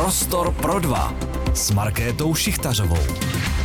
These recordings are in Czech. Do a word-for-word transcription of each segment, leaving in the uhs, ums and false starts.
Prostor pro dva s Markétou Šichtařovou.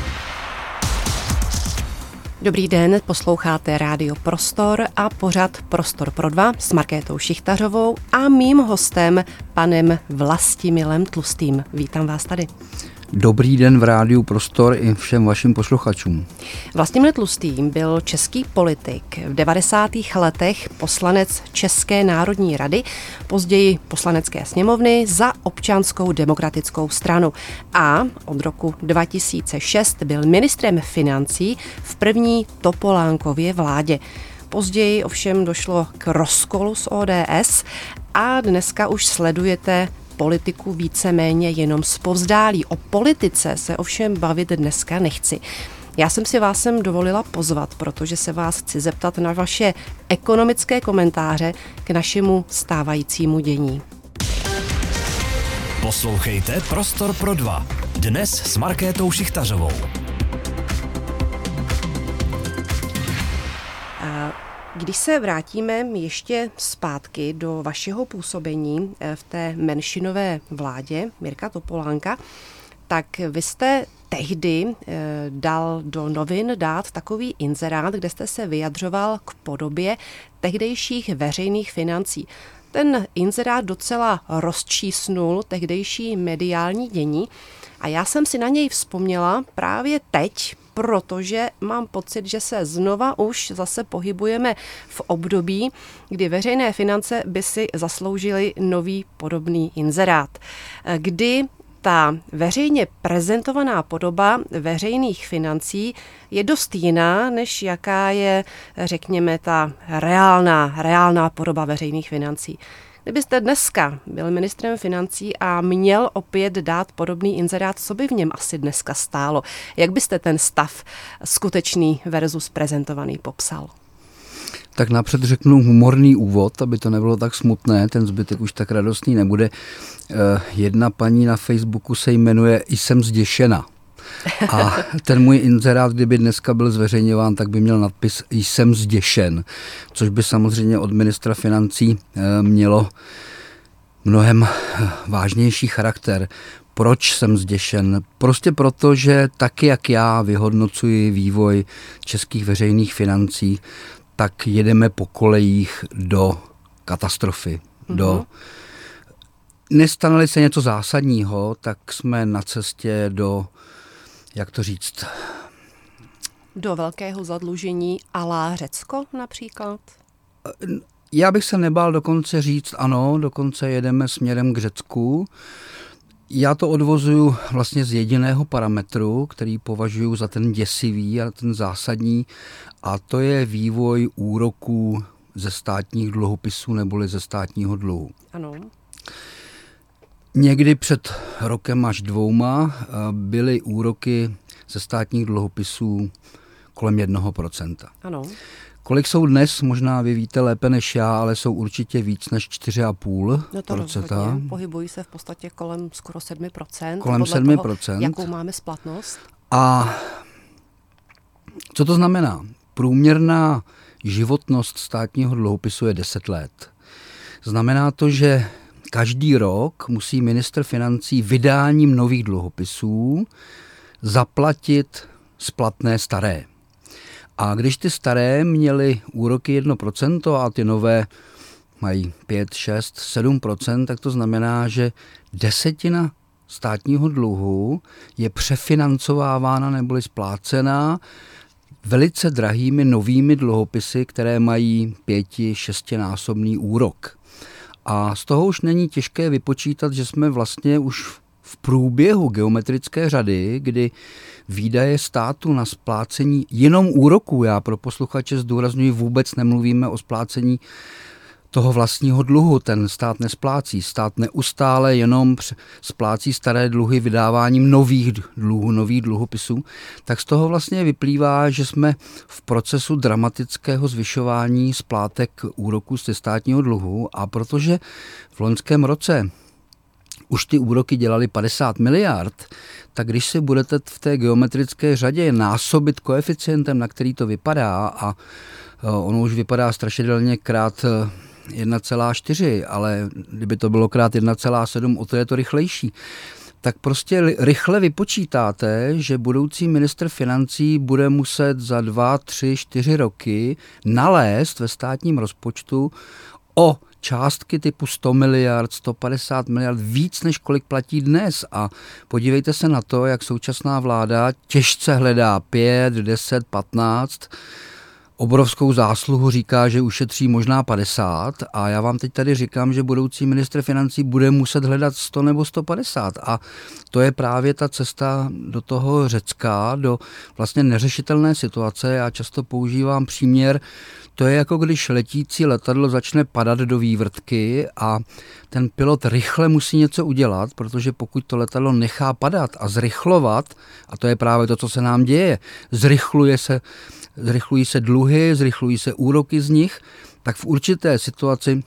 Dobrý den, posloucháte Rádio Prostor a pořad Prostor pro dva s Markétou Šichtařovou a mým hostem panem Vlastimilem Tlustým. Vítám vás tady. Dobrý den v Rádiu Prostor i všem vašim posluchačům. Vlastimil Tlustý byl český politik, v devadesátých letech poslanec České národní rady, později poslanecké sněmovny za Občanskou demokratickou stranu a od roku dva tisíce šest byl ministrem financí v první Topolánkově vládě. Později ovšem došlo k rozkolu s O D S a dneska už sledujete politiku víceméně jenom zpovzdálí. O politice se ovšem bavit dneska nechci. Já jsem si vás sem dovolila pozvat, protože se vás chci zeptat na vaše ekonomické komentáře k našemu stávajícímu dění. Poslouchejte Prostor pro dva. Dnes s Markétou Šichtařovou. Když se vrátíme ještě zpátky do vašeho působení v té menšinové vládě Mirka Topolánka, tak vy jste tehdy dal do novin dát takový inzerát, kde jste se vyjadřoval k podobě tehdejších veřejných financí. Ten inzerát docela rozčísnul tehdejší mediální dění a já jsem si na něj vzpomněla právě teď, protože mám pocit, že se znova už zase pohybujeme v období, kdy veřejné finance by si zasloužily nový podobný inzerát, kdy ta veřejně prezentovaná podoba veřejných financí je dost jiná, než jaká je, řekněme, ta reálná, reálná podoba veřejných financí. Kdybyste dneska byl ministrem financí a měl opět dát podobný inzerát, co by v něm asi dneska stálo? Jak byste ten stav skutečný versus prezentovaný popsal? Tak napřed řeknu humorný úvod, aby to nebylo tak smutné, ten zbytek už tak radostný nebude. Jedna paní na Facebooku se jmenuje Jsem zděšena. A ten můj inzerát, kdyby dneska byl zveřejňován, tak by měl nadpis Jsem zděšen, což by samozřejmě od ministra financí mělo mnohem vážnější charakter. Proč jsem zděšen? Prostě proto, že taky jak já vyhodnocuji vývoj českých veřejných financí, tak jedeme po kolejích do katastrofy. Mm-hmm. Do... Nestane-li se něco zásadního, tak jsme na cestě do, jak to říct... Do velkého zadlužení a la Řecko například? Já bych se nebál dokonce říct ano, dokonce jedeme směrem k Řecku. Já to odvozuju vlastně z jediného parametru, který považuji za ten děsivý a ten zásadní, a to je vývoj úroků ze státních dluhopisů neboli ze státního dluhu. Ano. Někdy před rokem až dvouma byly úroky ze státních dluhopisů kolem jednoho procenta. Ano. Kolik jsou dnes, možná vy víte lépe než já, ale jsou určitě víc než čtyři a půl procenta. No to rozhodně, pohybují se v podstatě kolem skoro sedm procent. Kolem sedm procent. Jakou máme splatnost? A co to znamená? Průměrná životnost státního dluhopisu je deset let. Znamená to, že každý rok musí ministr financí vydáním nových dluhopisů zaplatit splatné staré. A když ty staré měly úroky jedno procento a ty nové mají pět, šest, sedm procent, tak to znamená, že desetina státního dluhu je přefinancovávána neboli splácená velice drahými novými dluhopisy, které mají pěti, šestinásobný úrok. A z toho už není těžké vypočítat, že jsme vlastně už v průběhu geometrické řady, kdy výdaje státu na splácení jenom úroků, já pro posluchače zdůrazňuji, vůbec nemluvíme o splácení toho vlastního dluhu, ten stát nesplácí. Stát neustále jenom splácí staré dluhy vydáváním nových dluhů, nových dluhopisů, tak z toho vlastně vyplývá, že jsme v procesu dramatického zvyšování splátek úroků ze státního dluhu, a protože v loňském roce už ty úroky dělaly padesát miliard, tak když si budete v té geometrické řadě násobit koeficientem, na který to vypadá, a ono už vypadá strašidelně krát jedna celá čtyři, ale kdyby to bylo krát jedna celá sedm, o to je to rychlejší. Tak prostě rychle vypočítáte, že budoucí ministr financí bude muset za dva, tři, čtyři roky nalézt ve státním rozpočtu o částky typu sto miliard, sto padesát miliard, víc než kolik platí dnes. A podívejte se na to, jak současná vláda těžce hledá pět, deset, patnáct, obrovskou zásluhu říká, že ušetří možná padesát a já vám teď tady říkám, že budoucí ministr financí bude muset hledat sto nebo sto padesát a to je právě ta cesta do toho Řecka, do vlastně neřešitelné situace. Já často používám příměr, to je jako když letící letadlo začne padat do vývrtky a ten pilot rychle musí něco udělat, protože pokud to letadlo nechá padat a zrychlovat, a to je právě to, co se nám děje, zrychluje se Zrychlují se dluhy, zrychlují se úroky z nich, tak v určité situaci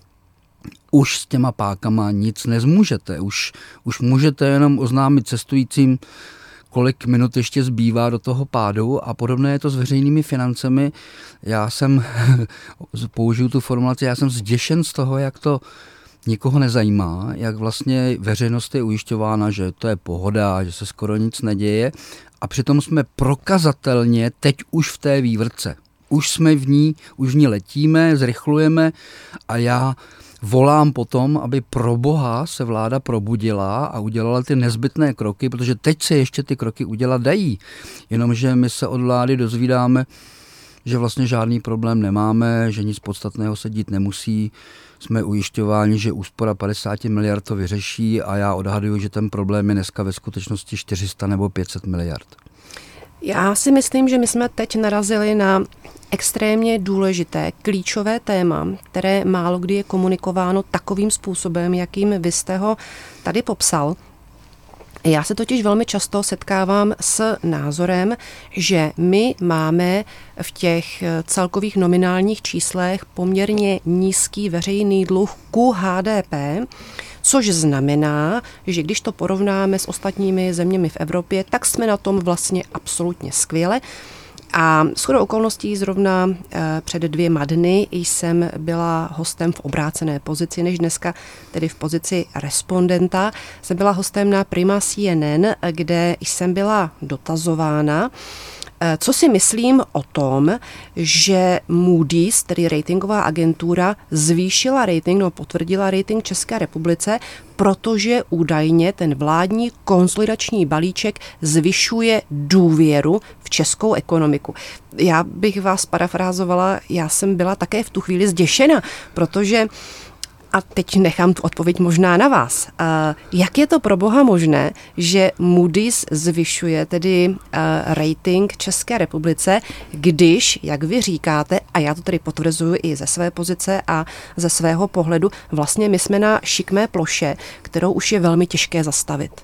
už s těma pákama nic nezmůžete. Už, už můžete jenom oznámit cestujícím, kolik minut ještě zbývá do toho pádu a podobné je to s veřejnými financemi. Já jsem, použiju tu formulaci, já jsem zděšen z toho, jak to nikoho nezajímá, jak vlastně veřejnost je ujišťována, že to je pohoda, že se skoro nic neděje a přitom jsme prokazatelně teď už v té vývrtce. Už jsme v ní, už v ní letíme, zrychlujeme a já volám potom, aby pro Boha se vláda probudila a udělala ty nezbytné kroky, protože teď se ještě ty kroky udělat dají. Jenomže my se od vlády dozvídáme, že vlastně žádný problém nemáme, že nic podstatného se dít nemusí. Jsme ujišťováni, že úspora padesát miliard to vyřeší a já odhaduju, že ten problém je dneska ve skutečnosti čtyři sta nebo pět set miliard. Já si myslím, že my jsme teď narazili na extrémně důležité, klíčové téma, které málo kdy je komunikováno takovým způsobem, jakým vy jste ho tady popsal. Já se totiž velmi často setkávám s názorem, že my máme v těch celkových nominálních číslech poměrně nízký veřejný dluh ku H D P, což znamená, že když to porovnáme s ostatními zeměmi v Evropě, tak jsme na tom vlastně absolutně skvěle. A shodou okolností zrovna před dvěma dny jsem byla hostem v obrácené pozici než dneska, tedy v pozici respondenta. Jsem byla hostem na Prima C N N, kde jsem byla dotazována, co si myslím o tom, že Moody's, tedy ratingová agentura, zvýšila rating, no potvrdila rating České republice, protože údajně ten vládní konsolidační balíček zvyšuje důvěru v českou ekonomiku. Já bych vás parafrázovala, já jsem byla také v tu chvíli zděšena, protože a teď nechám tu odpověď možná na vás. Jak je to pro Boha možné, že Moody's zvyšuje tedy rating České republice, když, jak vy říkáte, a já to tedy potvrzuji i ze své pozice a ze svého pohledu, vlastně my jsme na šikmé ploše, kterou už je velmi těžké zastavit?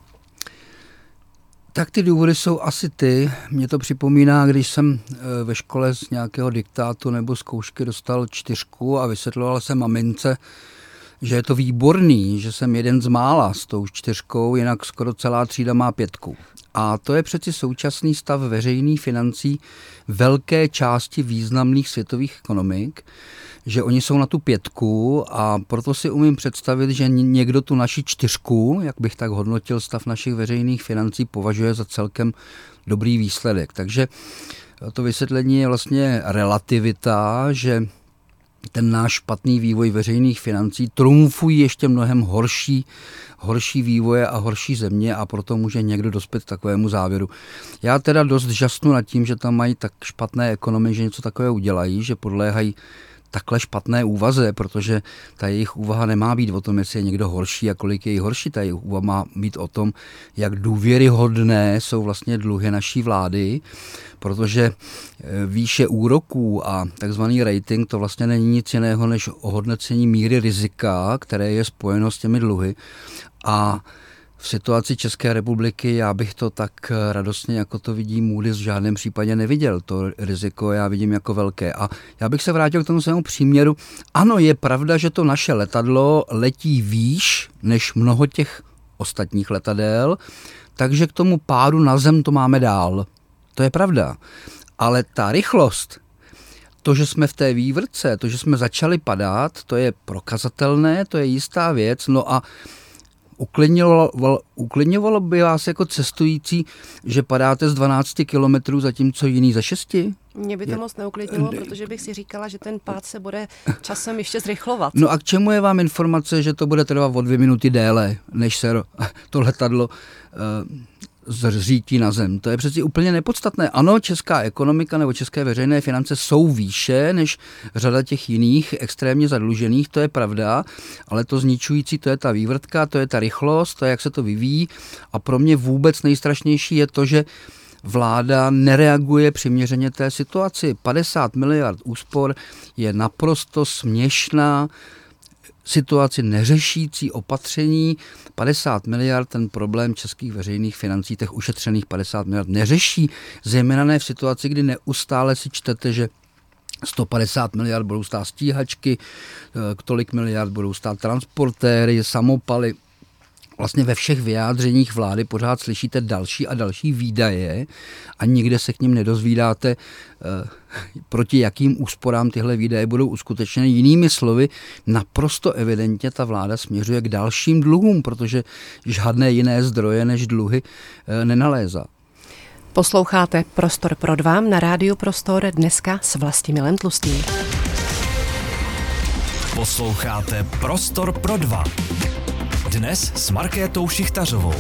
Tak ty důvody jsou asi ty. Mně to připomíná, když jsem ve škole z nějakého diktátu nebo zkoušky dostal čtyřku a vysvětloval jsem mamince, že je to výborný, že jsem jeden z mála s tou čtyřkou, jinak skoro celá třída má pětku. A to je přeci současný stav veřejných financí velké části významných světových ekonomik, že oni jsou na tu pětku a proto si umím představit, že někdo tu naši čtyřku, jak bych tak hodnotil stav našich veřejných financí, považuje za celkem dobrý výsledek. Takže to vysvětlení je vlastně relativita, že ten náš špatný vývoj veřejných financí trumfují ještě mnohem horší, horší vývoje a horší země a proto může někdo dospět k takovému závěru. Já teda dost žasnu nad tím, že tam mají tak špatné ekonomy, že něco takového udělají, že podléhají takhle špatné úvaze, protože ta jejich úvaha nemá být o tom, jestli je někdo horší a kolik je jí horší. Ta jejich úvaha má být o tom, jak důvěryhodné jsou vlastně dluhy naší vlády, protože výše úroků a takzvaný rating to vlastně není nic jiného než ohodnocení míry rizika, které je spojeno s těmi dluhy. A v situaci České republiky já bych to tak radostně, jako to vidí Moody's, v žádném případě neviděl. To riziko já vidím jako velké. A já bych se vrátil k tomu svému příměru. Ano, je pravda, že to naše letadlo letí výš než mnoho těch ostatních letadel, takže k tomu pádu na zem to máme dál. To je pravda. Ale ta rychlost, to, že jsme v té vývrtce, to, že jsme začali padat, to je prokazatelné, to je jistá věc. No a uklidňovalo, uklidňovalo by vás jako cestující, že padáte z dvanácti kilometrů, zatímco jiný za šesti? Mě by to je... moc neuklidnilo, protože bych si říkala, že ten pád se bude časem ještě zrychlovat. No a k čemu je vám informace, že to bude trvat o dvě minuty déle, než se to letadlo uh, zřítí na zem? To je přeci úplně nepodstatné. Ano, česká ekonomika nebo české veřejné finance jsou výše než řada těch jiných extrémně zadlužených, to je pravda, ale to zničující, to je ta vývrtka, to je ta rychlost, to je, jak se to vyvíjí. A pro mě vůbec nejstrašnější je to, že vláda nereaguje přiměřeně té situaci. padesát miliard úspor je naprosto směšná situaci neřešící opatření. padesát miliard ten problém českých veřejných financí, těch ušetřených padesát miliard neřeší, zejména ne v situaci, kdy neustále si čtete, že sto padesát miliard budou stát stíhačky, tolik miliard budou stát transportéry, samopaly. Vlastně ve všech vyjádřeních vlády pořád slyšíte další a další výdaje a nikde se k nim nedozvídáte, proti jakým úsporám tyhle výdaje budou uskutečněny. Jinými slovy, naprosto evidentně ta vláda směřuje k dalším dluhům, protože žádné jiné zdroje než dluhy nenalézá. Posloucháte Prostor pro dva na rádiu Prostor dneska s Vlastimilem Tlustým. Posloucháte Prostor pro dva. Dnes s Markétou Šichtařovou.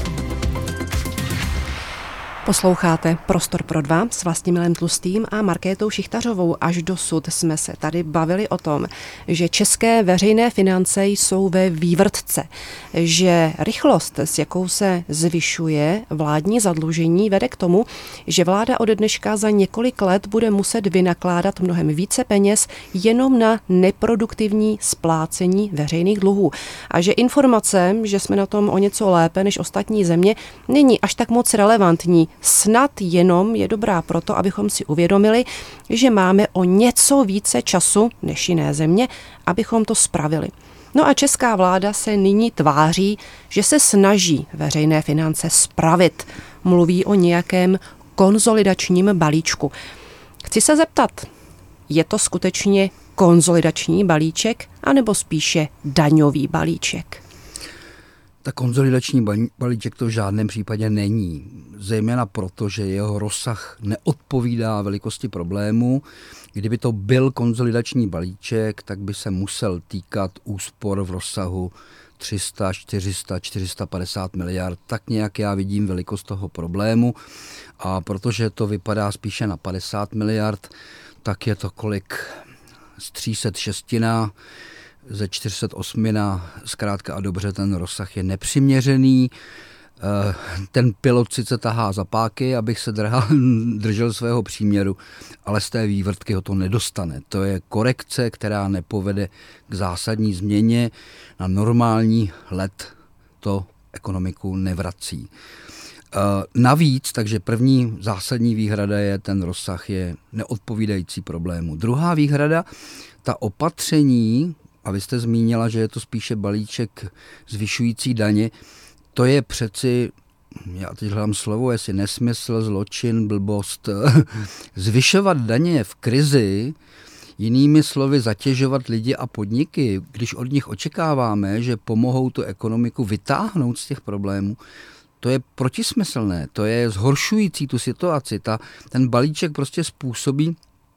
Posloucháte Prostor pro dva s Vlastimilem Tlustým a Markétou Šichtařovou. Až dosud jsme se tady bavili o tom, že české veřejné finance jsou ve vývrtce, že rychlost, s jakou se zvyšuje vládní zadlužení, vede k tomu, že vláda ode dneška za několik let bude muset vynakládat mnohem více peněz jenom na neproduktivní splácení veřejných dluhů. A že informace, že jsme na tom o něco lépe než ostatní země, není až tak moc relevantní. Snad jenom je dobrá proto, abychom si uvědomili, že máme o něco více času než jiné země, abychom to spravili. No a česká vláda se nyní tváří, že se snaží veřejné finance spravit. Mluví o nějakém konsolidačním balíčku. Chci se zeptat, je to skutečně konsolidační balíček, anebo spíše daňový balíček? Ta konsolidační balíček to v žádném případě není. Zejména proto, že jeho rozsah neodpovídá velikosti problému. Kdyby to byl konsolidační balíček, tak by se musel týkat úspor v rozsahu tři sta, čtyři sta, čtyři sta padesát miliard. Tak nějak já vidím velikost toho problému. A protože to vypadá spíše na padesát miliard, tak je to kolik z tří set šestina, ze čtyři sta osmina, zkrátka a dobře ten rozsah je nepřiměřený. Ten pilot sice tahá za páky, abych se drhal, držel svého příměru, ale z té vývrtky ho to nedostane. To je korekce, která nepovede k zásadní změně. Na normální let to ekonomiku nevrací. Navíc, takže první zásadní výhrada je, ten rozsah je neodpovídající problému. Druhá výhrada, ta opatření, a vy jste zmínila, že je to spíše balíček zvyšující daně, to je přeci, já teď hledám slovo, jestli nesmysl, zločin, blbost. Zvyšovat daně v krizi, jinými slovy zatěžovat lidi a podniky, když od nich očekáváme, že pomohou tu ekonomiku vytáhnout z těch problémů, to je protismyslné, to je zhoršující tu situaci. Ta, ten balíček prostě způsobí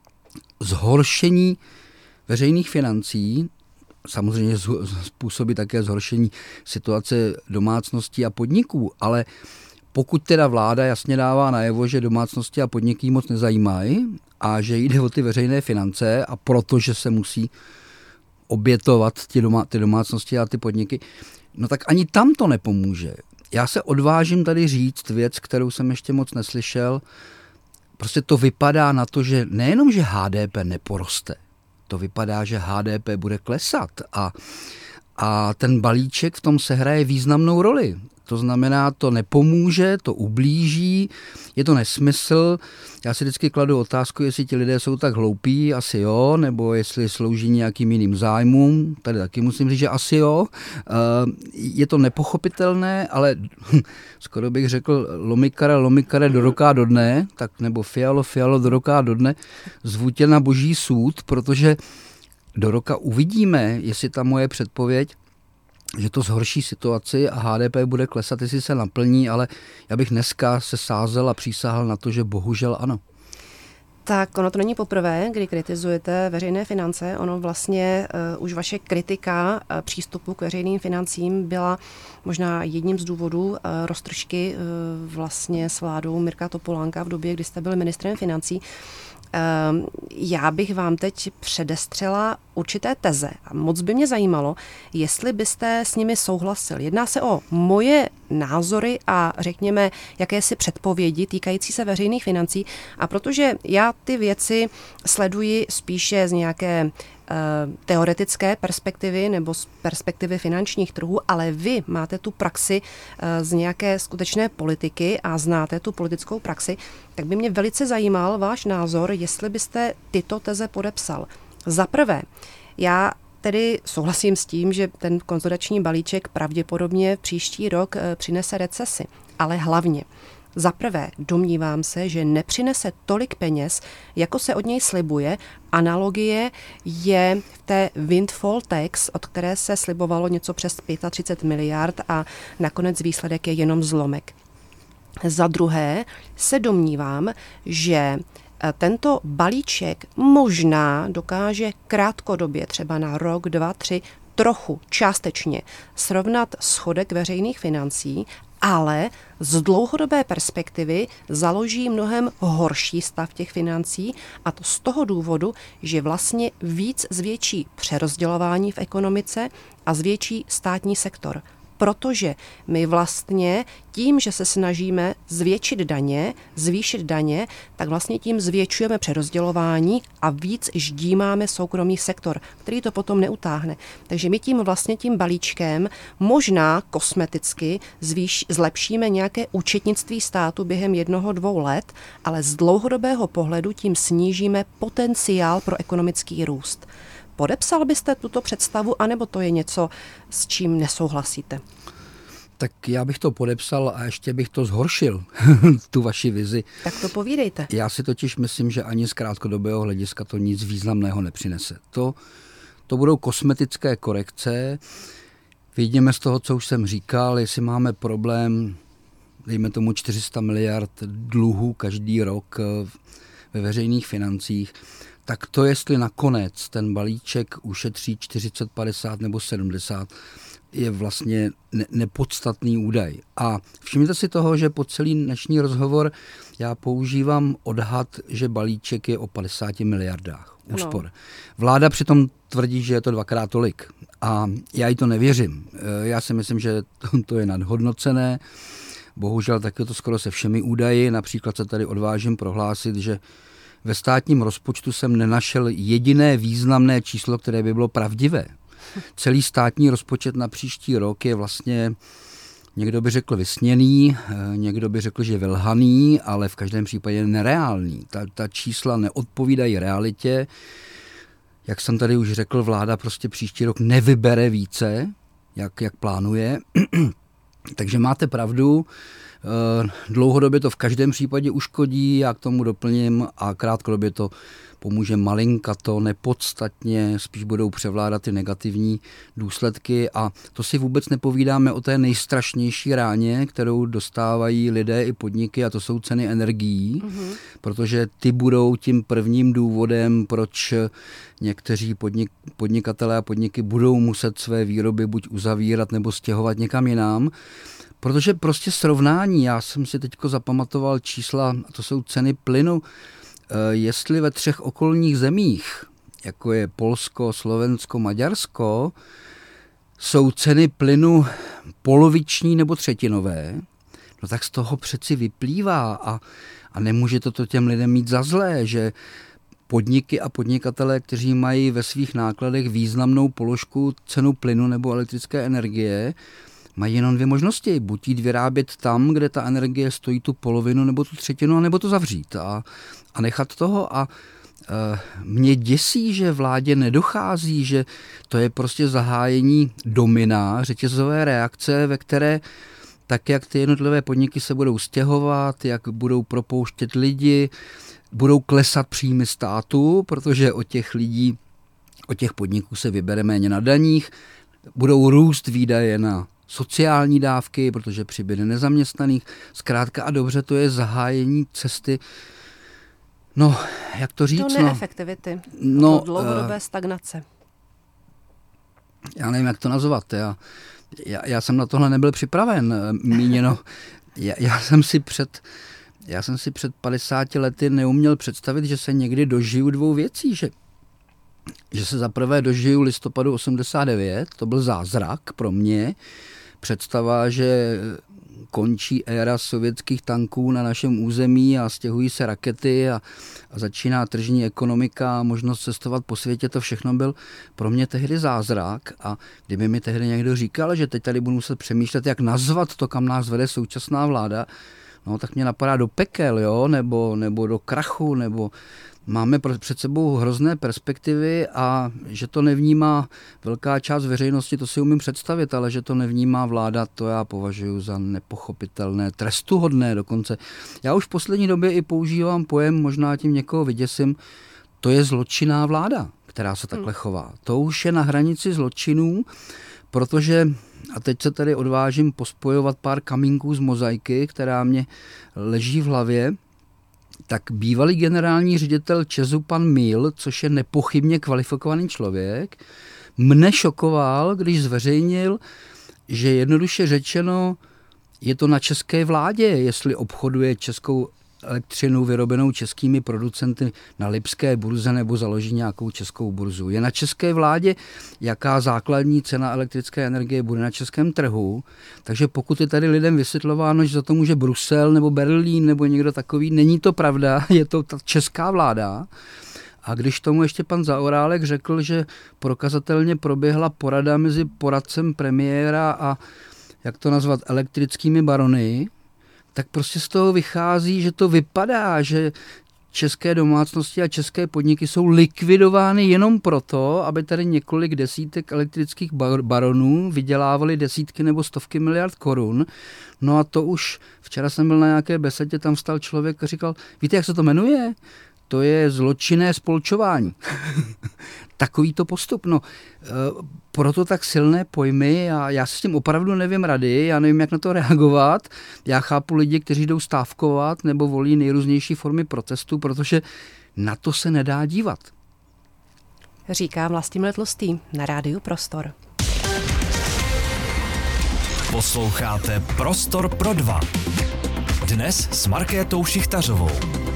zhoršení veřejných financí, samozřejmě způsobí také zhoršení situace domácností a podniků, ale pokud teda vláda jasně dává najevo, že domácnosti a podniky moc nezajímají a že jde o ty veřejné finance a protože se musí obětovat ty, doma, ty domácnosti a ty podniky, no tak ani tam to nepomůže. Já se odvážím tady říct věc, kterou jsem ještě moc neslyšel. Prostě to vypadá na to, že nejenom, že H D P neporoste, to vypadá, že H D P bude klesat a, a ten balíček v tom sehraje významnou roli. To znamená, to nepomůže, to ublíží, je to nesmysl. Já si vždycky kladu otázku, jestli ti lidé jsou tak hloupí, asi jo, nebo jestli slouží nějakým jiným zájmům, tady taky musím říct, že asi jo. Je to nepochopitelné, ale skoro bych řekl lomikare, lomikare do roka do dne, tak nebo fialo, fialo do roka do dne, zvu tě na boží soud, protože do roka uvidíme, jestli ta moje předpověď, že to zhorší situaci a H D P bude klesat, jestli se naplní, ale já bych dneska se sázel a přísahal na to, že bohužel ano. Tak ono to není poprvé, kdy kritizujete veřejné finance. Ono vlastně uh, už vaše kritika uh, přístupu k veřejným financím byla možná jedním z důvodů uh, roztržky uh, vlastně s vládou Mirka Topolánka v době, kdy jste byl ministrem financí. Uh, já bych vám teď předestřela určité teze a moc by mě zajímalo, jestli byste s nimi souhlasil. Jedná se o moje názory a řekněme jakési předpovědi týkající se veřejných financí a protože já ty věci sleduji spíše z nějaké teoretické perspektivy nebo z perspektivy finančních trhů, ale vy máte tu praxi z nějaké skutečné politiky a znáte tu politickou praxi, tak by mě velice zajímal váš názor, jestli byste tyto teze podepsal. Za prvé, já tedy souhlasím s tím, že ten konsolidační balíček pravděpodobně příští rok přinese recesi, ale hlavně za prvé, domnívám se, že nepřinese tolik peněz, jako se od něj slibuje. Analogie je v té windfall tax, od které se slibovalo něco přes třicet pět miliard a nakonec výsledek je jenom zlomek. Za druhé se domnívám, že tento balíček možná dokáže krátkodobě, třeba na rok, dva, tři, trochu částečně srovnat schodek veřejných financí, ale z dlouhodobé perspektivy založí mnohem horší stav těch financí a to z toho důvodu, že vlastně víc zvětší přerozdělování v ekonomice a zvětší státní sektor. Protože my vlastně tím, že se snažíme zvětšit daně, zvýšit daně, tak vlastně tím zvětšujeme přerozdělování a víc ždímáme soukromý sektor, který to potom neutáhne. Takže my tím vlastně tím balíčkem možná kosmeticky zvýš, zlepšíme nějaké účetnictví státu během jednoho, dvou let, ale z dlouhodobého pohledu tím snížíme potenciál pro ekonomický růst. Podepsal byste tuto představu, anebo to je něco, s čím nesouhlasíte? Tak já bych to podepsal a ještě bych to zhoršil, tu vaši vizi. Tak to povídejte. Já si totiž myslím, že ani z krátkodobého hlediska to nic významného nepřinese. To, to budou kosmetické korekce. Vidíme z toho, co už jsem říkal, jestli máme problém, dejme tomu čtyři sta miliard dluhů každý rok ve veřejných financích, tak to, jestli nakonec ten balíček ušetří čtyřicet, padesát nebo sedmdesát, je vlastně ne- nepodstatný údaj. A všimněte si toho, že po celý dnešní rozhovor já používám odhad, že balíček je o padesáti miliardách úspor. No. Vláda přitom tvrdí, že je to dvakrát tolik. A já jí to nevěřím. Já si myslím, že to, to je nadhodnocené. Bohužel taky to skoro se všemi údaji. Například se tady odvážím prohlásit, že ve státním rozpočtu jsem nenašel jediné významné číslo, které by bylo pravdivé. Celý státní rozpočet na příští rok je vlastně, někdo by řekl vysněný, někdo by řekl, že vylhaný, ale v každém případě nereálný. Ta, ta čísla neodpovídají realitě. Jak jsem tady už řekl, vláda prostě příští rok nevybere více, jak, jak plánuje. Takže máte pravdu, dlouhodobě to v každém případě uškodí, já k tomu doplním, a krátkodobě to pomůže malinkato, nepodstatně, spíš budou převládat ty negativní důsledky a to si vůbec nepovídáme o té nejstrašnější ráně, kterou dostávají lidé i podniky, a to jsou ceny energií, mm-hmm. protože ty budou tím prvním důvodem, proč někteří podnik, podnikatelé a podniky budou muset své výroby buď uzavírat nebo stěhovat někam jinam. Protože prostě srovnání, já jsem si teďko zapamatoval čísla, to jsou ceny plynu, jestli ve třech okolních zemích, jako je Polsko, Slovensko, Maďarsko, jsou ceny plynu poloviční nebo třetinové, no tak z toho přeci vyplývá a, a nemůže to těm lidem mít za zlé, že podniky a podnikatelé, kteří mají ve svých nákladech významnou položku cenu plynu nebo elektrické energie, mají jenom dvě možnosti. Buď jít vyrábět tam, kde ta energie stojí tu polovinu nebo tu třetinu, nebo to zavřít a, a nechat toho. A e, mě děsí, že vládě nedochází, že to je prostě zahájení domina, řetězové reakce, ve které tak, jak ty jednotlivé podniky se budou stěhovat, jak budou propouštět lidi, budou klesat příjmy státu, protože od těch lidí, od těch podniků se vybere méně na daních, budou růst výdaje na sociální dávky, protože přibyde nezaměstnaných. Zkrátka a dobře, to je zahájení cesty, no, jak to říct? Do neefektivity, no, do dlouhodobé uh, stagnace. Já nevím, jak to nazvat. Já, já, já jsem na tohle nebyl připraven. Míněno, já, já jsem si před... Já jsem si před padesáti lety neuměl představit, že se někdy dožiju dvou věcí, že, že se zaprvé dožiju listopadu osmdesát devět, to byl zázrak pro mě, představa, že končí éra sovětských tanků na našem území a stěhují se rakety a, a začíná tržní ekonomika a možnost cestovat po světě, to všechno byl pro mě tehdy zázrak a kdyby mi tehdy někdo říkal, že teď tady budu muset přemýšlet, jak nazvat to, kam nás vede současná vláda, no tak mě napadá do pekel, jo, nebo, nebo do krachu, nebo máme před sebou hrozné perspektivy a že to nevnímá velká část veřejnosti, to si umím představit, ale že to nevnímá vláda, to já považuji za nepochopitelné, trestuhodné dokonce. Já už v poslední době i používám pojem, možná tím někoho vyděsím, to je zločinná vláda, která se takhle chová. To už je na hranici zločinů, protože, a teď se tady odvážím pospojovat pár kamínků z mozaiky, která mě leží v hlavě, tak bývalý generální ředitel ČEZu pan Míl, což je nepochybně kvalifikovaný člověk, mne šokoval, když zveřejnil, že jednoduše řečeno je to na české vládě, jestli obchoduje českou elektřinu vyrobenou českými producenty na lipské burze nebo založí nějakou českou burzu. Je na české vládě, jaká základní cena elektrické energie bude na českém trhu, takže pokud je tady lidem vysvětlováno, že za to může Brusel nebo Berlín nebo někdo takový, není to pravda, je to ta česká vláda. A když tomu ještě pan Zaorálek řekl, že prokazatelně proběhla porada mezi poradcem premiéra a, jak to nazvat, elektrickými barony, tak prostě z toho vychází, že to vypadá, že české domácnosti a české podniky jsou likvidovány jenom proto, aby tady několik desítek elektrických baronů vydělávali desítky nebo stovky miliard korun. No a to už, včera jsem byl na nějaké besedě, tam stal člověk a říkal, víte, jak se to jmenuje? To je zločinné spolčování. Takovýto postup. No, proto tak silné pojmy a já se s tím opravdu nevím rady, já nevím, jak na to reagovat. Já chápu lidi, kteří jdou stávkovat nebo volí nejrůznější formy protestu, protože na to se nedá dívat. Říká Vlastimil Tlustý na rádiu Prostor. Posloucháte Prostor pro dva. Dnes s Markétou Šichtařovou.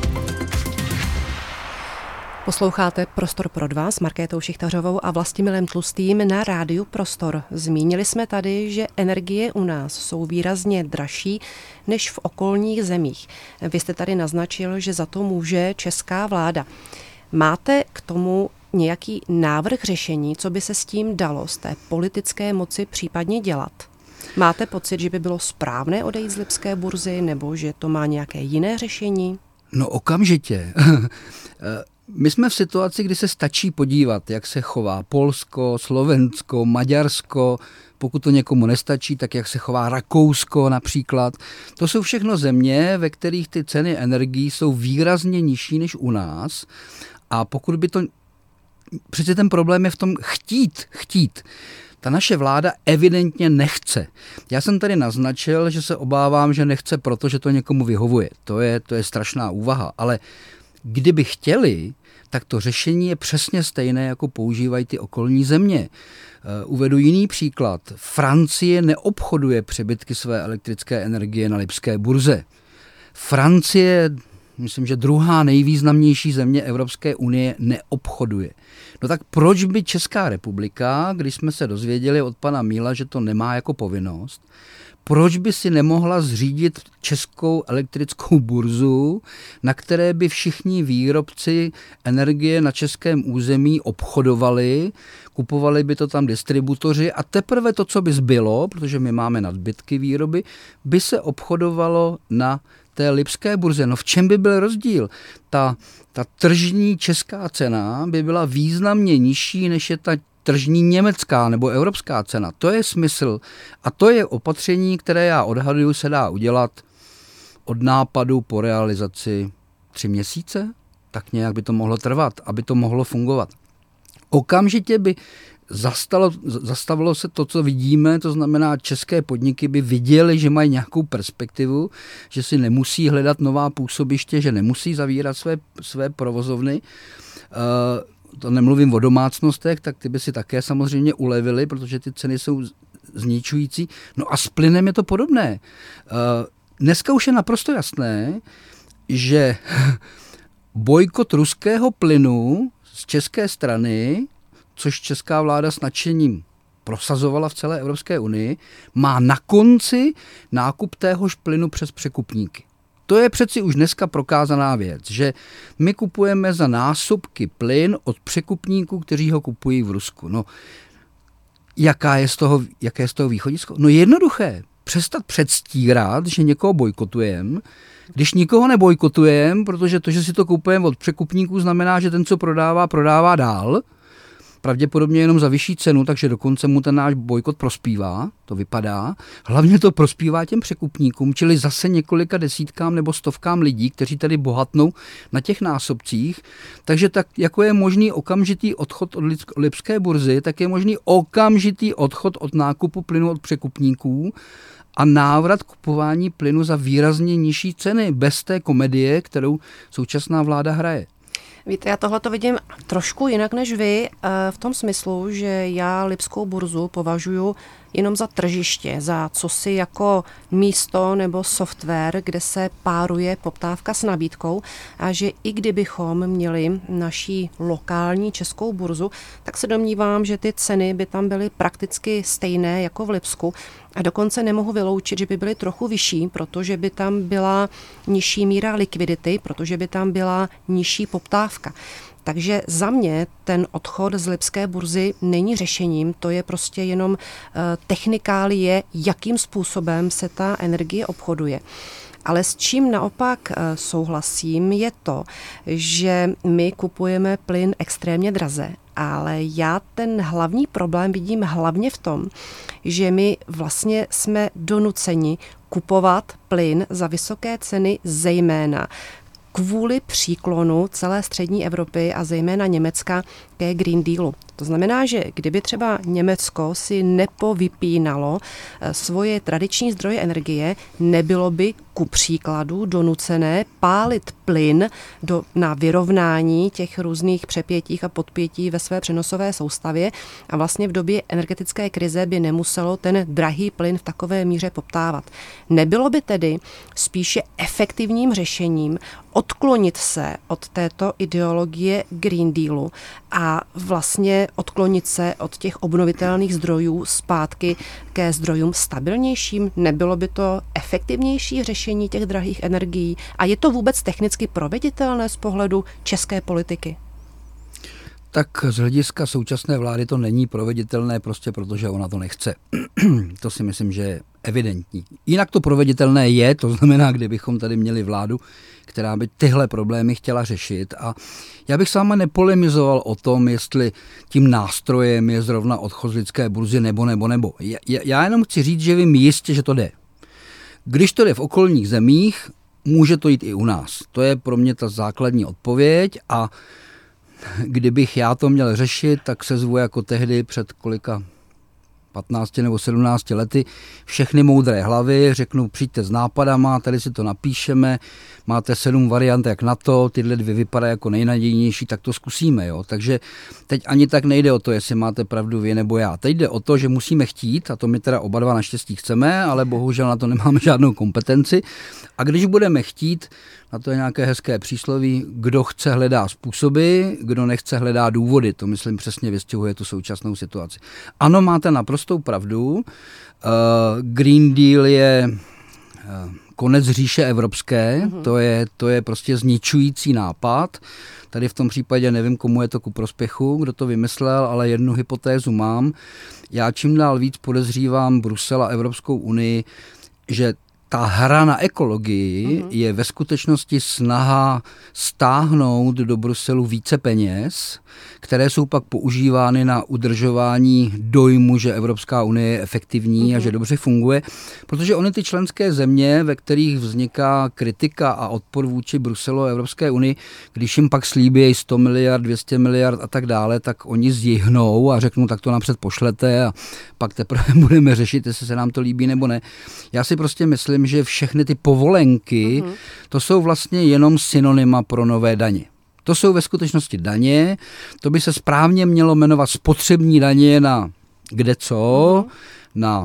Posloucháte Prostor pro dva s Markétou Šichtařovou a Vlastimilem Tlustým na rádiu Prostor. Zmínili jsme tady, že energie u nás jsou výrazně dražší než v okolních zemích. Vy jste tady naznačil, že za to může česká vláda. Máte k tomu nějaký návrh řešení, co by se s tím dalo z té politické moci případně dělat? Máte pocit, že by bylo správné odejít z lipské burzy nebo že to má nějaké jiné řešení? No okamžitě. My jsme v situaci, kdy se stačí podívat, jak se chová Polsko, Slovensko, Maďarsko, pokud to někomu nestačí, tak jak se chová Rakousko například. To jsou všechno země, ve kterých ty ceny energií jsou výrazně nižší než u nás. A pokud by to... Přece ten problém je v tom chtít, chtít. Ta naše vláda evidentně nechce. Já jsem tady naznačil, že se obávám, že nechce, protože to někomu vyhovuje. To je, to je strašná úvaha, ale kdyby chtěli, tak to řešení je přesně stejné, jako používají ty okolní země. Uvedu jiný příklad. Francie neobchoduje přebytky své elektrické energie na lipské burze. Francie myslím, že druhá nejvýznamnější země Evropské unie neobchoduje. No tak proč by Česká republika, když jsme se dozvěděli od pana Míla, že to nemá jako povinnost, proč by si nemohla zřídit českou elektrickou burzu, na které by všichni výrobci energie na českém území obchodovali, kupovali by to tam distributoři a teprve to, co by zbylo, protože my máme nadbytky výroby, by se obchodovalo na té lipské burze. No v čem by byl rozdíl? Ta, ta tržní česká cena by byla významně nižší, než je ta tržní německá nebo evropská cena. To je smysl. A to je opatření, které já odhaduju, se dá udělat od nápadu po realizaci tři měsíce. Tak nějak by to mohlo trvat, aby to mohlo fungovat. Okamžitě by zastalo, zastavilo se to, co vidíme, to znamená, české podniky by viděly, že mají nějakou perspektivu, že si nemusí hledat nová působiště, že nemusí zavírat své, své provozovny. Uh, to nemluvím o domácnostech, tak ty by si také samozřejmě ulevily, protože ty ceny jsou zničující. No a s plynem je to podobné. Uh, dneska už je naprosto jasné, že bojkot ruského plynu z české strany, což česká vláda s nadšením prosazovala v celé Evropské unii, má na konci nákup téhož plynu přes překupníky. To je přeci už dneska prokázaná věc, že my kupujeme za násobky plyn od překupníků, kteří ho kupují v Rusku. No, jaká je z toho, jaké je z toho východisko? No jednoduché. Přestat předstírat, že někoho bojkotujeme, když nikoho nebojkotujeme, protože to, že si to kupujeme od překupníků, znamená, že ten, co prodává, prodává dál, pravděpodobně jenom za vyšší cenu, takže dokonce mu ten náš bojkot prospívá, to vypadá. Hlavně to prospívá těm překupníkům, čili zase několika desítkám nebo stovkám lidí, kteří tady bohatnou na těch násobcích. Takže tak, jako je možný okamžitý odchod od lipské burzy, tak je možný okamžitý odchod od nákupu plynu od překupníků a návrat kupování plynu za výrazně nižší ceny, bez té komedie, kterou současná vláda hraje. Víte, já tohle to vidím trošku jinak než vy, v tom smyslu, že já lipskou burzu považuji jenom za tržiště, za cosi jako místo nebo software, kde se páruje poptávka s nabídkou a že i kdybychom měli naší lokální českou burzu, tak se domnívám, že ty ceny by tam byly prakticky stejné jako v Lipsku a dokonce nemohu vyloučit, že by byly trochu vyšší, protože by tam byla nižší míra likvidity, protože by tam byla nižší poptávka. Takže za mě ten odchod z lipské burzy není řešením, to je prostě jenom technikálie, jakým způsobem se ta energie obchoduje. Ale s čím naopak souhlasím, je to, že my kupujeme plyn extrémně draze, ale já ten hlavní problém vidím hlavně v tom, že my vlastně jsme donuceni kupovat plyn za vysoké ceny zejména kvůli příklonu celé střední Evropy a zejména Německa ke Green Dealu. To znamená, že kdyby třeba Německo si nepovypínalo svoje tradiční zdroje energie, nebylo by ku příkladu donucené pálit plyn do, na vyrovnání těch různých přepětích a podpětí ve své přenosové soustavě a vlastně v době energetické krize by nemuselo ten drahý plyn v takové míře poptávat. Nebylo by tedy spíše efektivním řešením odklonit se od této ideologie Green Dealu a vlastně odklonit se od těch obnovitelných zdrojů zpátky ke zdrojům stabilnějším? Nebylo by to efektivnější řešení těch drahých energií? A je to vůbec technicky proveditelné z pohledu české politiky? Tak z hlediska současné vlády to není proveditelné prostě protože ona to nechce. To si myslím, že je evidentní. Jinak to proveditelné je, to znamená, kdybychom tady měli vládu, která by tyhle problémy chtěla řešit. A já bych s váma nepolemizoval o tom, jestli tím nástrojem je zrovna odchod z lidské burzy nebo, nebo, nebo. Já jenom chci říct, že vím jistě, že to jde. Když to jde v okolních zemích, může to jít i u nás. To je pro mě ta základní odpověď a kdybych já to měl řešit, tak se zvu jako tehdy před kolika patnácti nebo sedmnácti lety všechny moudré hlavy, řeknu přijďte s nápadama, tady si to napíšeme, máte sedm variant jak na to, tyhle dvě vypadají jako nejnadějnější, tak to zkusíme. Jo. Takže teď ani tak nejde o to, jestli máte pravdu vy nebo já. Teď jde o to, že musíme chtít, a to my teda oba dva naštěstí chceme, ale bohužel na to nemáme žádnou kompetenci. A když budeme chtít, Na to je nějaké hezké přísloví, kdo chce hledá způsoby, kdo nechce hledá důvody. To myslím přesně vystihuje tu současnou situaci. Ano, máte naprostou pravdu. Uh, Green Deal je uh, konec říše evropské, mm-hmm. to, je, to je prostě zničující nápad. Tady v tom případě nevím, komu je to ku prospěchu, kdo to vymyslel, ale jednu hypotézu mám. Já čím dál víc podezřívám Brusel a Evropskou unii, že ta hra na ekologii mm-hmm. je ve skutečnosti snaha stáhnout do Bruselu více peněz, které jsou pak používány na udržování dojmu, že Evropská unie je efektivní mm-hmm. a že dobře funguje, protože ony ty členské země, ve kterých vzniká kritika a odpor vůči Bruselu a Evropské unii, když jim pak slíbí sto miliard, dvě stě miliard a tak dále, tak oni zjihnou a řeknou, tak to napřed pošlete a pak teprve budeme řešit, jestli se nám to líbí nebo ne. Já si prostě myslím, že všechny ty povolenky, mm-hmm. to jsou vlastně jenom synonyma pro nové daně. To jsou ve skutečnosti daně, to by se správně mělo jmenovat spotřební daně na kde co, mm-hmm. na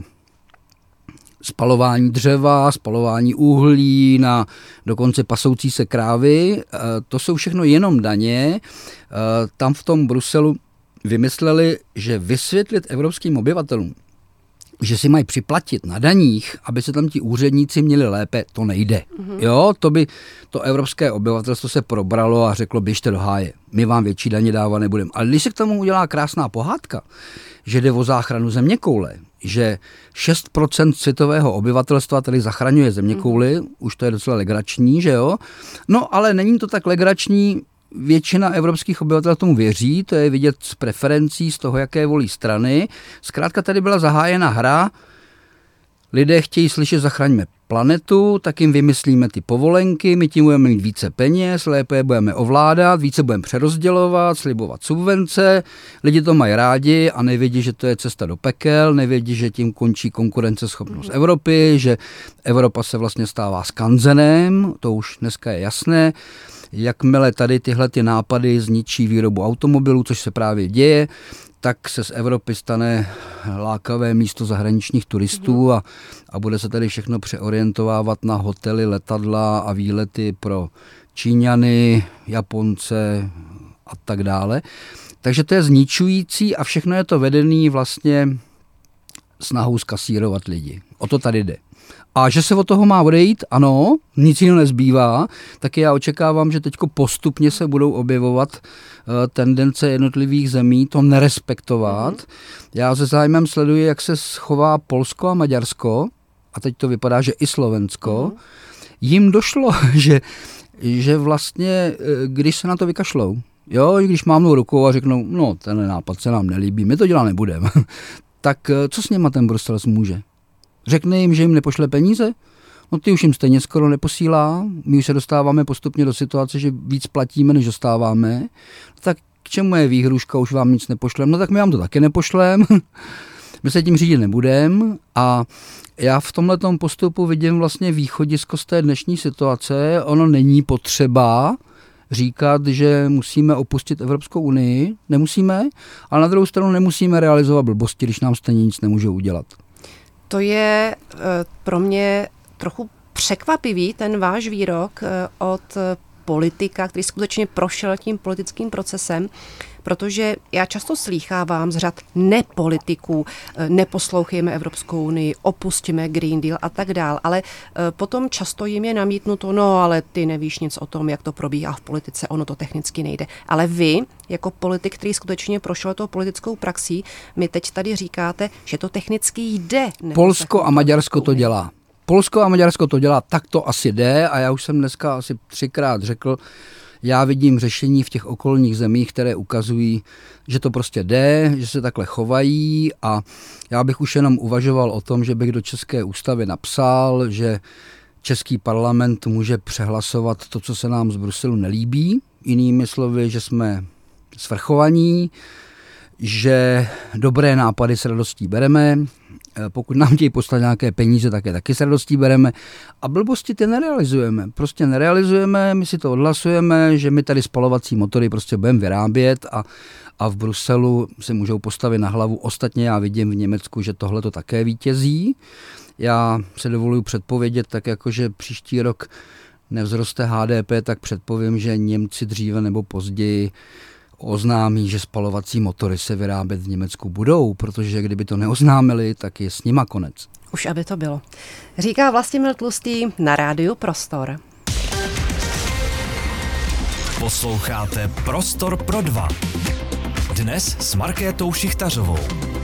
spalování dřeva, spalování uhlí, na dokonce pasoucí se krávy. To jsou všechno jenom daně. Tam v tom Bruselu vymysleli, že vysvětlit evropským obyvatelům, že si mají připlatit na daních, aby se tam ti úředníci měli lépe, to nejde. Mm-hmm. Jo, to by to evropské obyvatelstvo se probralo a řeklo, běžte do háje, my vám větší daně dávat nebudeme. Ale když se k tomu udělá krásná pohádka, že jde o záchranu zeměkoule, že šest procent světového obyvatelstva tady zachraňuje zeměkouly, mm-hmm. už to je docela legrační, že jo? No, ale není to tak legrační. Většina evropských obyvatel tomu věří, to je vidět z preferencí, z toho, jaké volí strany. Zkrátka tady byla zahájena hra, lidé chtějí slyšet zachraňme planetu, tak jim vymyslíme ty povolenky, my tím budeme mít více peněz, lépe je budeme ovládat, více budeme přerozdělovat, slibovat subvence, lidi to mají rádi a nevědí, že to je cesta do pekel, nevědí, že tím končí konkurenceschopnost mm. Evropy, že Evropa se vlastně stává skanzenem, to už dneska je jasné. Jakmile tady tyhle ty nápady zničí výrobu automobilů, což se právě děje, tak se z Evropy stane lákavé místo zahraničních turistů a, a bude se tady všechno přeorientovávat na hotely, letadla a výlety pro Číňany, Japonce a tak dále. Takže to je zničující a všechno je to vedené vlastně snahou zkasírovat lidi. O to tady jde. A že se od toho má odejít, ano, nic jiného nezbývá, tak já očekávám, že teď postupně se budou objevovat uh, tendence jednotlivých zemí to nerespektovat. Mm. Já se zájmem sleduji, jak se schová Polsko a Maďarsko, a teď to vypadá, že i Slovensko. Mm. Jim došlo, že, že vlastně, když se na to vykašlou, jo, když mávnou rukou a řeknou, no, ten nápad se nám nelíbí, my to dělat nebudeme, tak co s něma ten Brusel může? Řekne jim, že jim nepošle peníze? No ty už jim stejně skoro neposílá. My už se dostáváme postupně do situace, že víc platíme, než dostáváme. Tak k čemu je výhruška, už vám nic nepošlem? No tak my vám to taky nepošlem. My se tím řídit nebudeme. A já v tomhletom postupu vidím vlastně východisko z té dnešní situace. Ono není potřeba říkat, že musíme opustit Evropskou unii. Nemusíme, ale na druhou stranu nemusíme realizovat blbosti, když nám stejně nic nemůžou udělat. To je pro mě trochu překvapivý ten váš výrok od politika, který skutečně prošel tím politickým procesem, protože já často slýchávám z řad nepolitiků, neposlouchejme Evropskou unii, opustíme Green Deal a tak dál, ale potom často jim je namítnuto, no ale ty nevíš nic o tom, jak to probíhá v politice, ono to technicky nejde. Ale vy, jako politik, který skutečně prošel tou politickou praxí, mi teď tady říkáte, že to technicky jde. Polsko a Maďarsko to dělá. Polsko a Maďarsko to dělá, tak to asi jde a já už jsem dneska asi třikrát řekl, já vidím řešení v těch okolních zemích, které ukazují, že to prostě jde, že se takhle chovají a já bych už jenom uvažoval o tom, že bych do České ústavy napsal, že Český parlament může přehlasovat to, co se nám z Bruselu nelíbí, jinými slovy, že jsme svrchovaní, že dobré nápady s radostí bereme, pokud nám chtějí poslat nějaké peníze, tak je taky s radostí bereme a blbosti ty nerealizujeme. Prostě nerealizujeme, my si to odhlasujeme, že my tady spalovací motory prostě budeme vyrábět a, a v Bruselu se můžou postavit na hlavu. Ostatně já vidím v Německu, že tohle to také vítězí. Já se dovoluji předpovědět tak jako, že příští rok nevzroste H D P, tak předpovím, že Němci dříve nebo později oznámí, že spalovací motory se vyrábět v Německu budou, protože kdyby to neoznámili, tak je s nima konec. Už aby to bylo. Říká Vlastimil Tlustý na rádiu Prostor. Posloucháte Prostor pro dva. Dnes s Markétou Šichtařovou.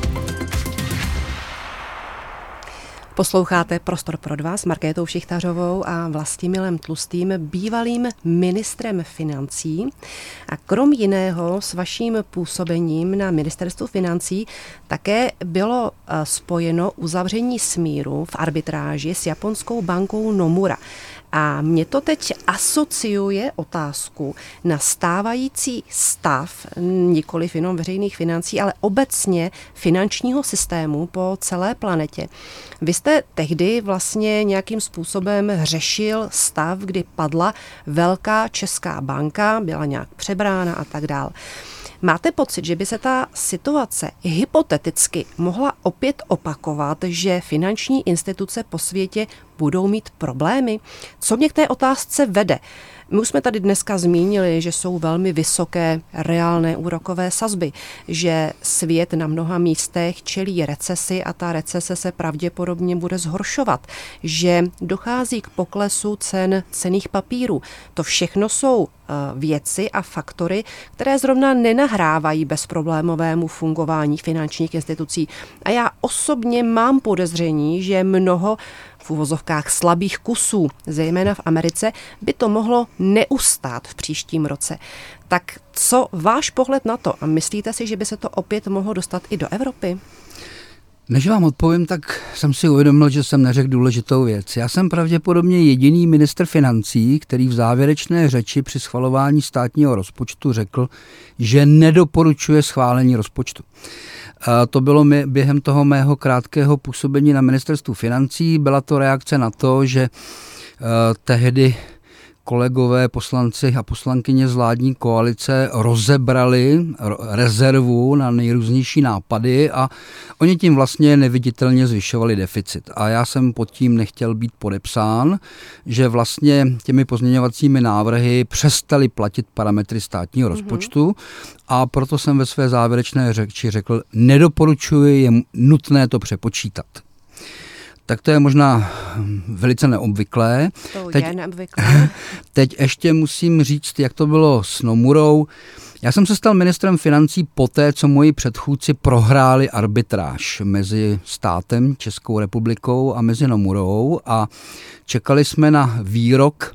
Posloucháte Prostor pro dva s Markétou Šichtařovou a Vlastimilem Tlustým, bývalým ministrem financí. A krom jiného s vaším působením na ministerstvu financí také bylo spojeno uzavření smíru v arbitráži s japonskou bankou Nomura. A mě to teď asociuje otázku na stávající stav, nikoliv jenom veřejných financí, ale obecně finančního systému po celé planetě. Vy jste tehdy vlastně nějakým způsobem řešil stav, kdy padla velká česká banka, byla nějak přebrána a tak dál. Máte pocit, že by se ta situace hypoteticky mohla opět opakovat, že finanční instituce po světě budou mít problémy? Co mě k té otázce vede? My už jsme tady dneska zmínili, že jsou velmi vysoké reálné úrokové sazby, že svět na mnoha místech čelí recesi a ta recese se pravděpodobně bude zhoršovat, že dochází k poklesu cen cenných papírů. To všechno jsou věci a faktory, které zrovna nenahrávají bezproblémovému fungování finančních institucí. A já osobně mám podezření, že mnoho v uvozovkách slabých kusů, zejména v Americe, by to mohlo neustát v příštím roce. Tak co váš pohled na to? A myslíte si, že by se to opět mohlo dostat i do Evropy? Než vám odpovím, tak jsem si uvědomil, že jsem neřekl důležitou věc. Já jsem pravděpodobně jediný ministr financí, který v závěrečné řeči při schvalování státního rozpočtu řekl, že nedoporučuje schválení rozpočtu. A to bylo mi během toho mého krátkého působení na ministerstvu financí. Byla to reakce na to, že uh, tehdy kolegové poslanci a poslankyně z vládní koalice rozebrali rezervu na nejrůznější nápady a oni tím vlastně neviditelně zvyšovali deficit. A já jsem pod tím nechtěl být podepsán, že vlastně těmi pozměňovacími návrhy přestaly platit parametry státního rozpočtu a proto jsem ve své závěrečné řeči řekl, nedoporučuji, je nutné to přepočítat. Tak to je možná velice neobvyklé. To teď, je neobvyklé. Teď ještě musím říct, jak to bylo s Nomurou. Já jsem se stal ministrem financí poté, co moji předchůdci prohráli arbitráž mezi státem, Českou republikou a mezi Nomurou a čekali jsme na výrok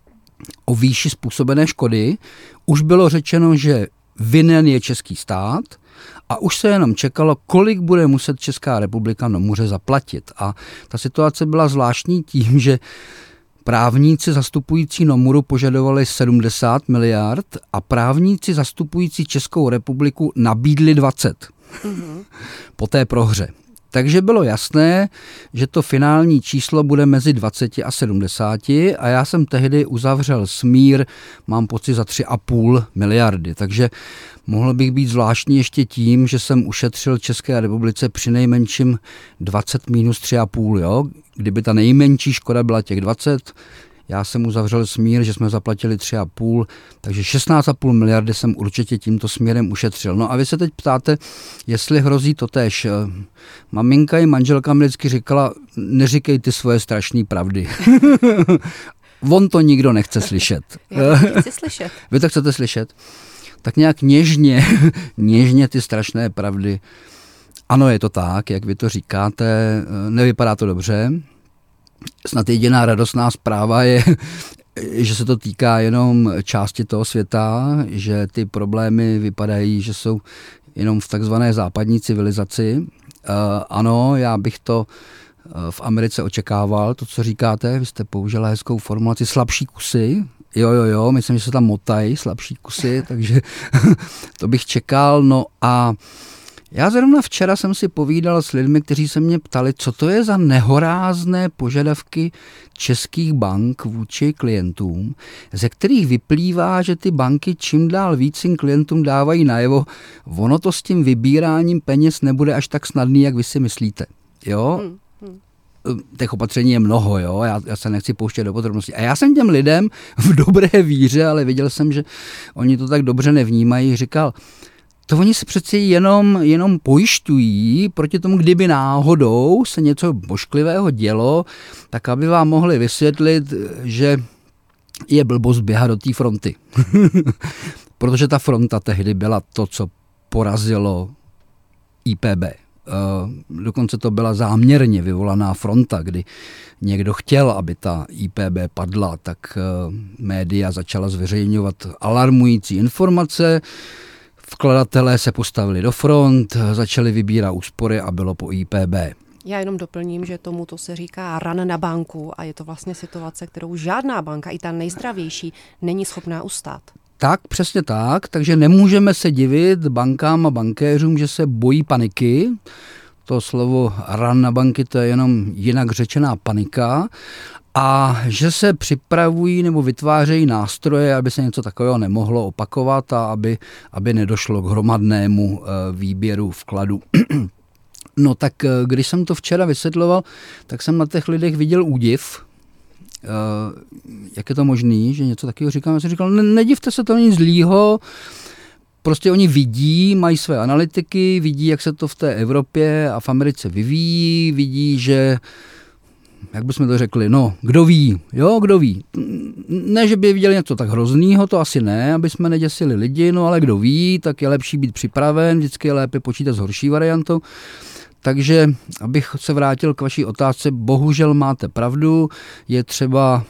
o výši způsobené škody. Už bylo řečeno, že vinen je český stát, a už se jenom čekalo, kolik bude muset Česká republika Nomuře zaplatit. A ta situace byla zvláštní tím, že právníci zastupující Nomuru požadovali sedmdesát miliard a právníci zastupující Českou republiku nabídli dvacet. Mm-hmm. Po té prohře. Takže bylo jasné, že to finální číslo bude mezi dvaceti a sedmdesáti a já jsem tehdy uzavřel smír, mám pocit, za tři a půl miliardy. Takže mohl bych být zvláštní ještě tím, že jsem ušetřil České republice přinejmenším dvacet minus tři a půl. Jo? Kdyby ta nejmenší škoda byla těch dvacet, já jsem uzavřel smír, že jsme zaplatili tři a půl, takže šestnáct a půl miliardy jsem určitě tímto směrem ušetřil. No a vy se teď ptáte, jestli hrozí totéž. Maminka i manželka mi vždycky říkala, neříkej ty svoje strašné pravdy. On to nikdo nechce slyšet. Já to chci slyšet. Vy to chcete slyšet? Tak nějak něžně, něžně ty strašné pravdy. Ano, je to tak, jak vy to říkáte, nevypadá to dobře. Snad jediná radostná zpráva je, že se to týká jenom části toho světa, že ty problémy vypadají, že jsou jenom v takzvané západní civilizaci. Ano, já bych to v Americe očekával, to, co říkáte, vy jste použila hezkou formulaci slabší kusy. Jo, jo, jo, myslím, že se tam motají slabší kusy, takže to bych čekal. No a já zrovna včera jsem si povídal s lidmi, kteří se mě ptali, co to je za nehorázné požadavky českých bank vůči klientům, ze kterých vyplývá, že ty banky čím dál víc jim klientům dávají najevo, ono to s tím vybíráním peněz nebude až tak snadný, jak vy si myslíte. Jo? Hmm, hmm. těch opatření je mnoho, jo? Já, já se nechci pouštět do podrobností. A já jsem těm lidem v dobré víře, ale viděl jsem, že oni to tak dobře nevnímají, říkal, to oni se přeci jenom, jenom pojišťují proti tomu, kdyby náhodou se něco bošklivého dělo, tak aby vám mohli vysvětlit, že je blbost běhat do té fronty. Protože ta fronta tehdy byla to, co porazilo I P B. Dokonce to byla záměrně vyvolaná fronta, kdy někdo chtěl, aby ta I P B padla, tak média začala zveřejňovat alarmující informace, vkladatelé se postavili do front, začali vybírat úspory a bylo po I P B. Já jenom doplním, že tomuto se říká run na banku a je to vlastně situace, kterou žádná banka, i ta nejzdravější, není schopná ustát. Tak, přesně tak, takže nemůžeme se divit bankám a bankéřům, že se bojí paniky. To slovo run na banky, to je jenom jinak řečená panika. A že se připravují nebo vytvářejí nástroje, aby se něco takového nemohlo opakovat a aby, aby nedošlo k hromadnému výběru vkladu. No tak když jsem to včera vysvětloval, tak jsem na těch lidech viděl údiv. Uh, jak je to možný, že něco takového říkám? Já jsem říkal, ne, nedivte se, to není zlýho, prostě oni vidí, mají své analytiky, vidí, jak se to v té Evropě a v Americe vyvíjí, vidí, že, jak bychom to řekli, no, kdo ví, jo, kdo ví. Ne, že by viděli něco tak hroznýho, to asi ne, aby jsme neděsili lidi, no ale kdo ví, tak je lepší být připraven, vždycky je lépe počítat s horší variantou. Takže, abych se vrátil k vaší otázce, bohužel máte pravdu, je třeba,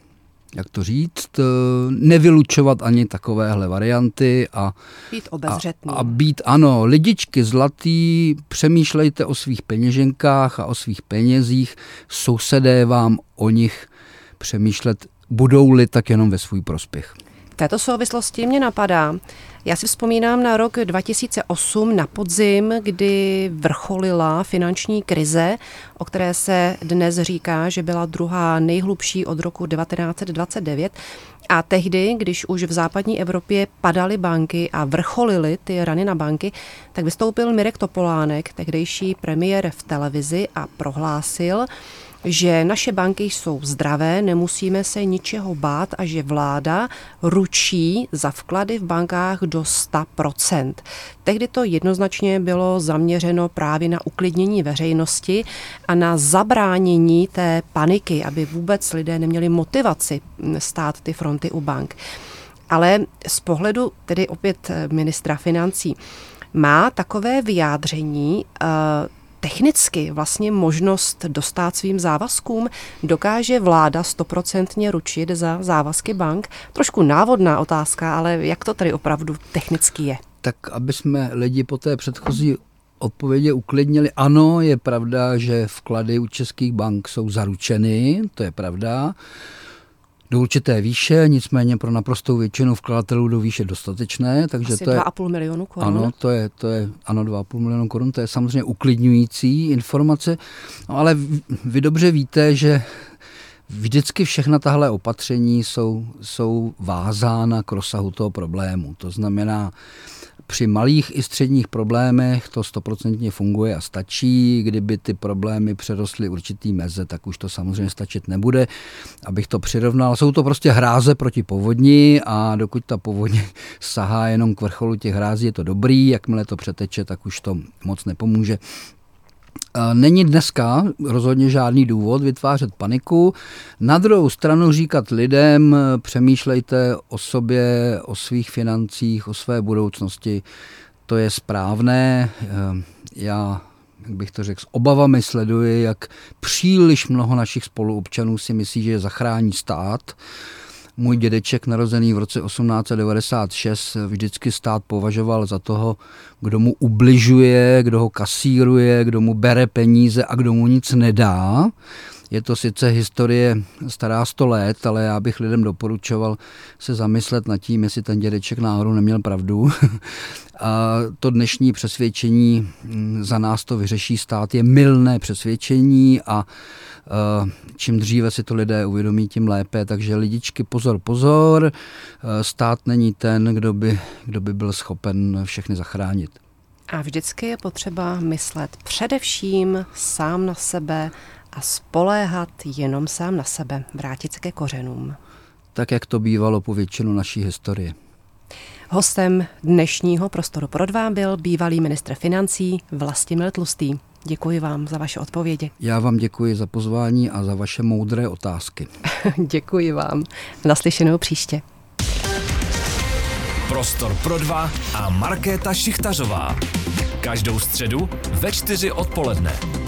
jak to říct, nevylučovat ani takovéhle varianty a být obezřetný. A, a být, ano, lidičky zlatý, přemýšlejte o svých peněženkách a o svých penězích, sousedé vám o nich přemýšlet budou-li tak jenom ve svůj prospěch. V této souvislosti mě napadá, já si vzpomínám na rok dva tisíce osm na podzim, kdy vrcholila finanční krize, o které se dnes říká, že byla druhá nejhlubší od roku devatenáct set dvacet devět. A tehdy, když už v západní Evropě padaly banky a vrcholily ty rany na banky, tak vystoupil Mirek Topolánek, tehdejší premiér v televizi a prohlásil, že naše banky jsou zdravé, nemusíme se ničeho bát a že vláda ručí za vklady v bankách do sto procent. Tehdy to jednoznačně bylo zaměřeno právě na uklidnění veřejnosti a na zabránění té paniky, aby vůbec lidé neměli motivaci stát ty fronty u bank. Ale z pohledu tedy opět ministra financí má takové vyjádření uh, technicky vlastně možnost dostát svým závazkům? Dokáže vláda stoprocentně ručit za závazky bank? Trošku návodná otázka, ale jak to tady opravdu technicky je? Tak aby jsme lidi po té předchozí odpovědi uklidnili, ano, je pravda, že vklady u českých bank jsou zaručeny, to je pravda, do určité výše, nicméně pro naprostou většinu vkladatelů do výše dostatečné. Takže asi to je dva a půl milionu korun. Ano, to je, to je ano, dva a půl milionu korun, to je samozřejmě uklidňující informace, no, ale vy dobře víte, že vždycky všechna tahle opatření jsou, jsou vázána k rozsahu toho problému. To znamená, při malých i středních problémech to stoprocentně funguje a stačí. Kdyby ty problémy přerostly určitý meze, tak už to samozřejmě stačit nebude. Abych to přirovnal, jsou to prostě hráze proti povodni a dokud ta povodně sahá jenom k vrcholu těch hrází, je to dobrý. Jakmile to přeteče, tak už to moc nepomůže. Není dneska rozhodně žádný důvod vytvářet paniku. Na druhou stranu říkat lidem, přemýšlejte o sobě, o svých financích, o své budoucnosti, to je správné. Já, jak bych to řekl, s obavami sleduji, jak příliš mnoho našich spoluobčanů si myslí, že je zachrání stát. Můj dědeček, narozený v roce osmnáct set devadesát šest, vždycky stát považoval za toho, kdo mu ubližuje, kdo ho kasíruje, kdo mu bere peníze a kdo mu nic nedá. Je to sice historie stará sto let, ale já bych lidem doporučoval se zamyslet nad tím, jestli ten dědeček náhodou neměl pravdu. A to dnešní přesvědčení, za nás to vyřeší stát, je mylné přesvědčení a čím dříve si to lidé uvědomí, tím lépe. Takže lidičky, pozor, pozor, stát není ten, kdo by, kdo by byl schopen všechny zachránit. A vždycky je potřeba myslet především sám na sebe a spoléhat jenom sám na sebe, vrátit se ke kořenům. Tak, jak to bývalo po většinu naší historie. Hostem dnešního Prostoru pro dva byl bývalý ministr financí Vlastimil Tlustý. Děkuji vám za vaše odpovědi. Já vám děkuji za pozvání a za vaše moudré otázky. Děkuji vám. Naslyšenou příště. Prostor pro dva a Markéta Šichtařová. Každou středu ve čtyři odpoledne.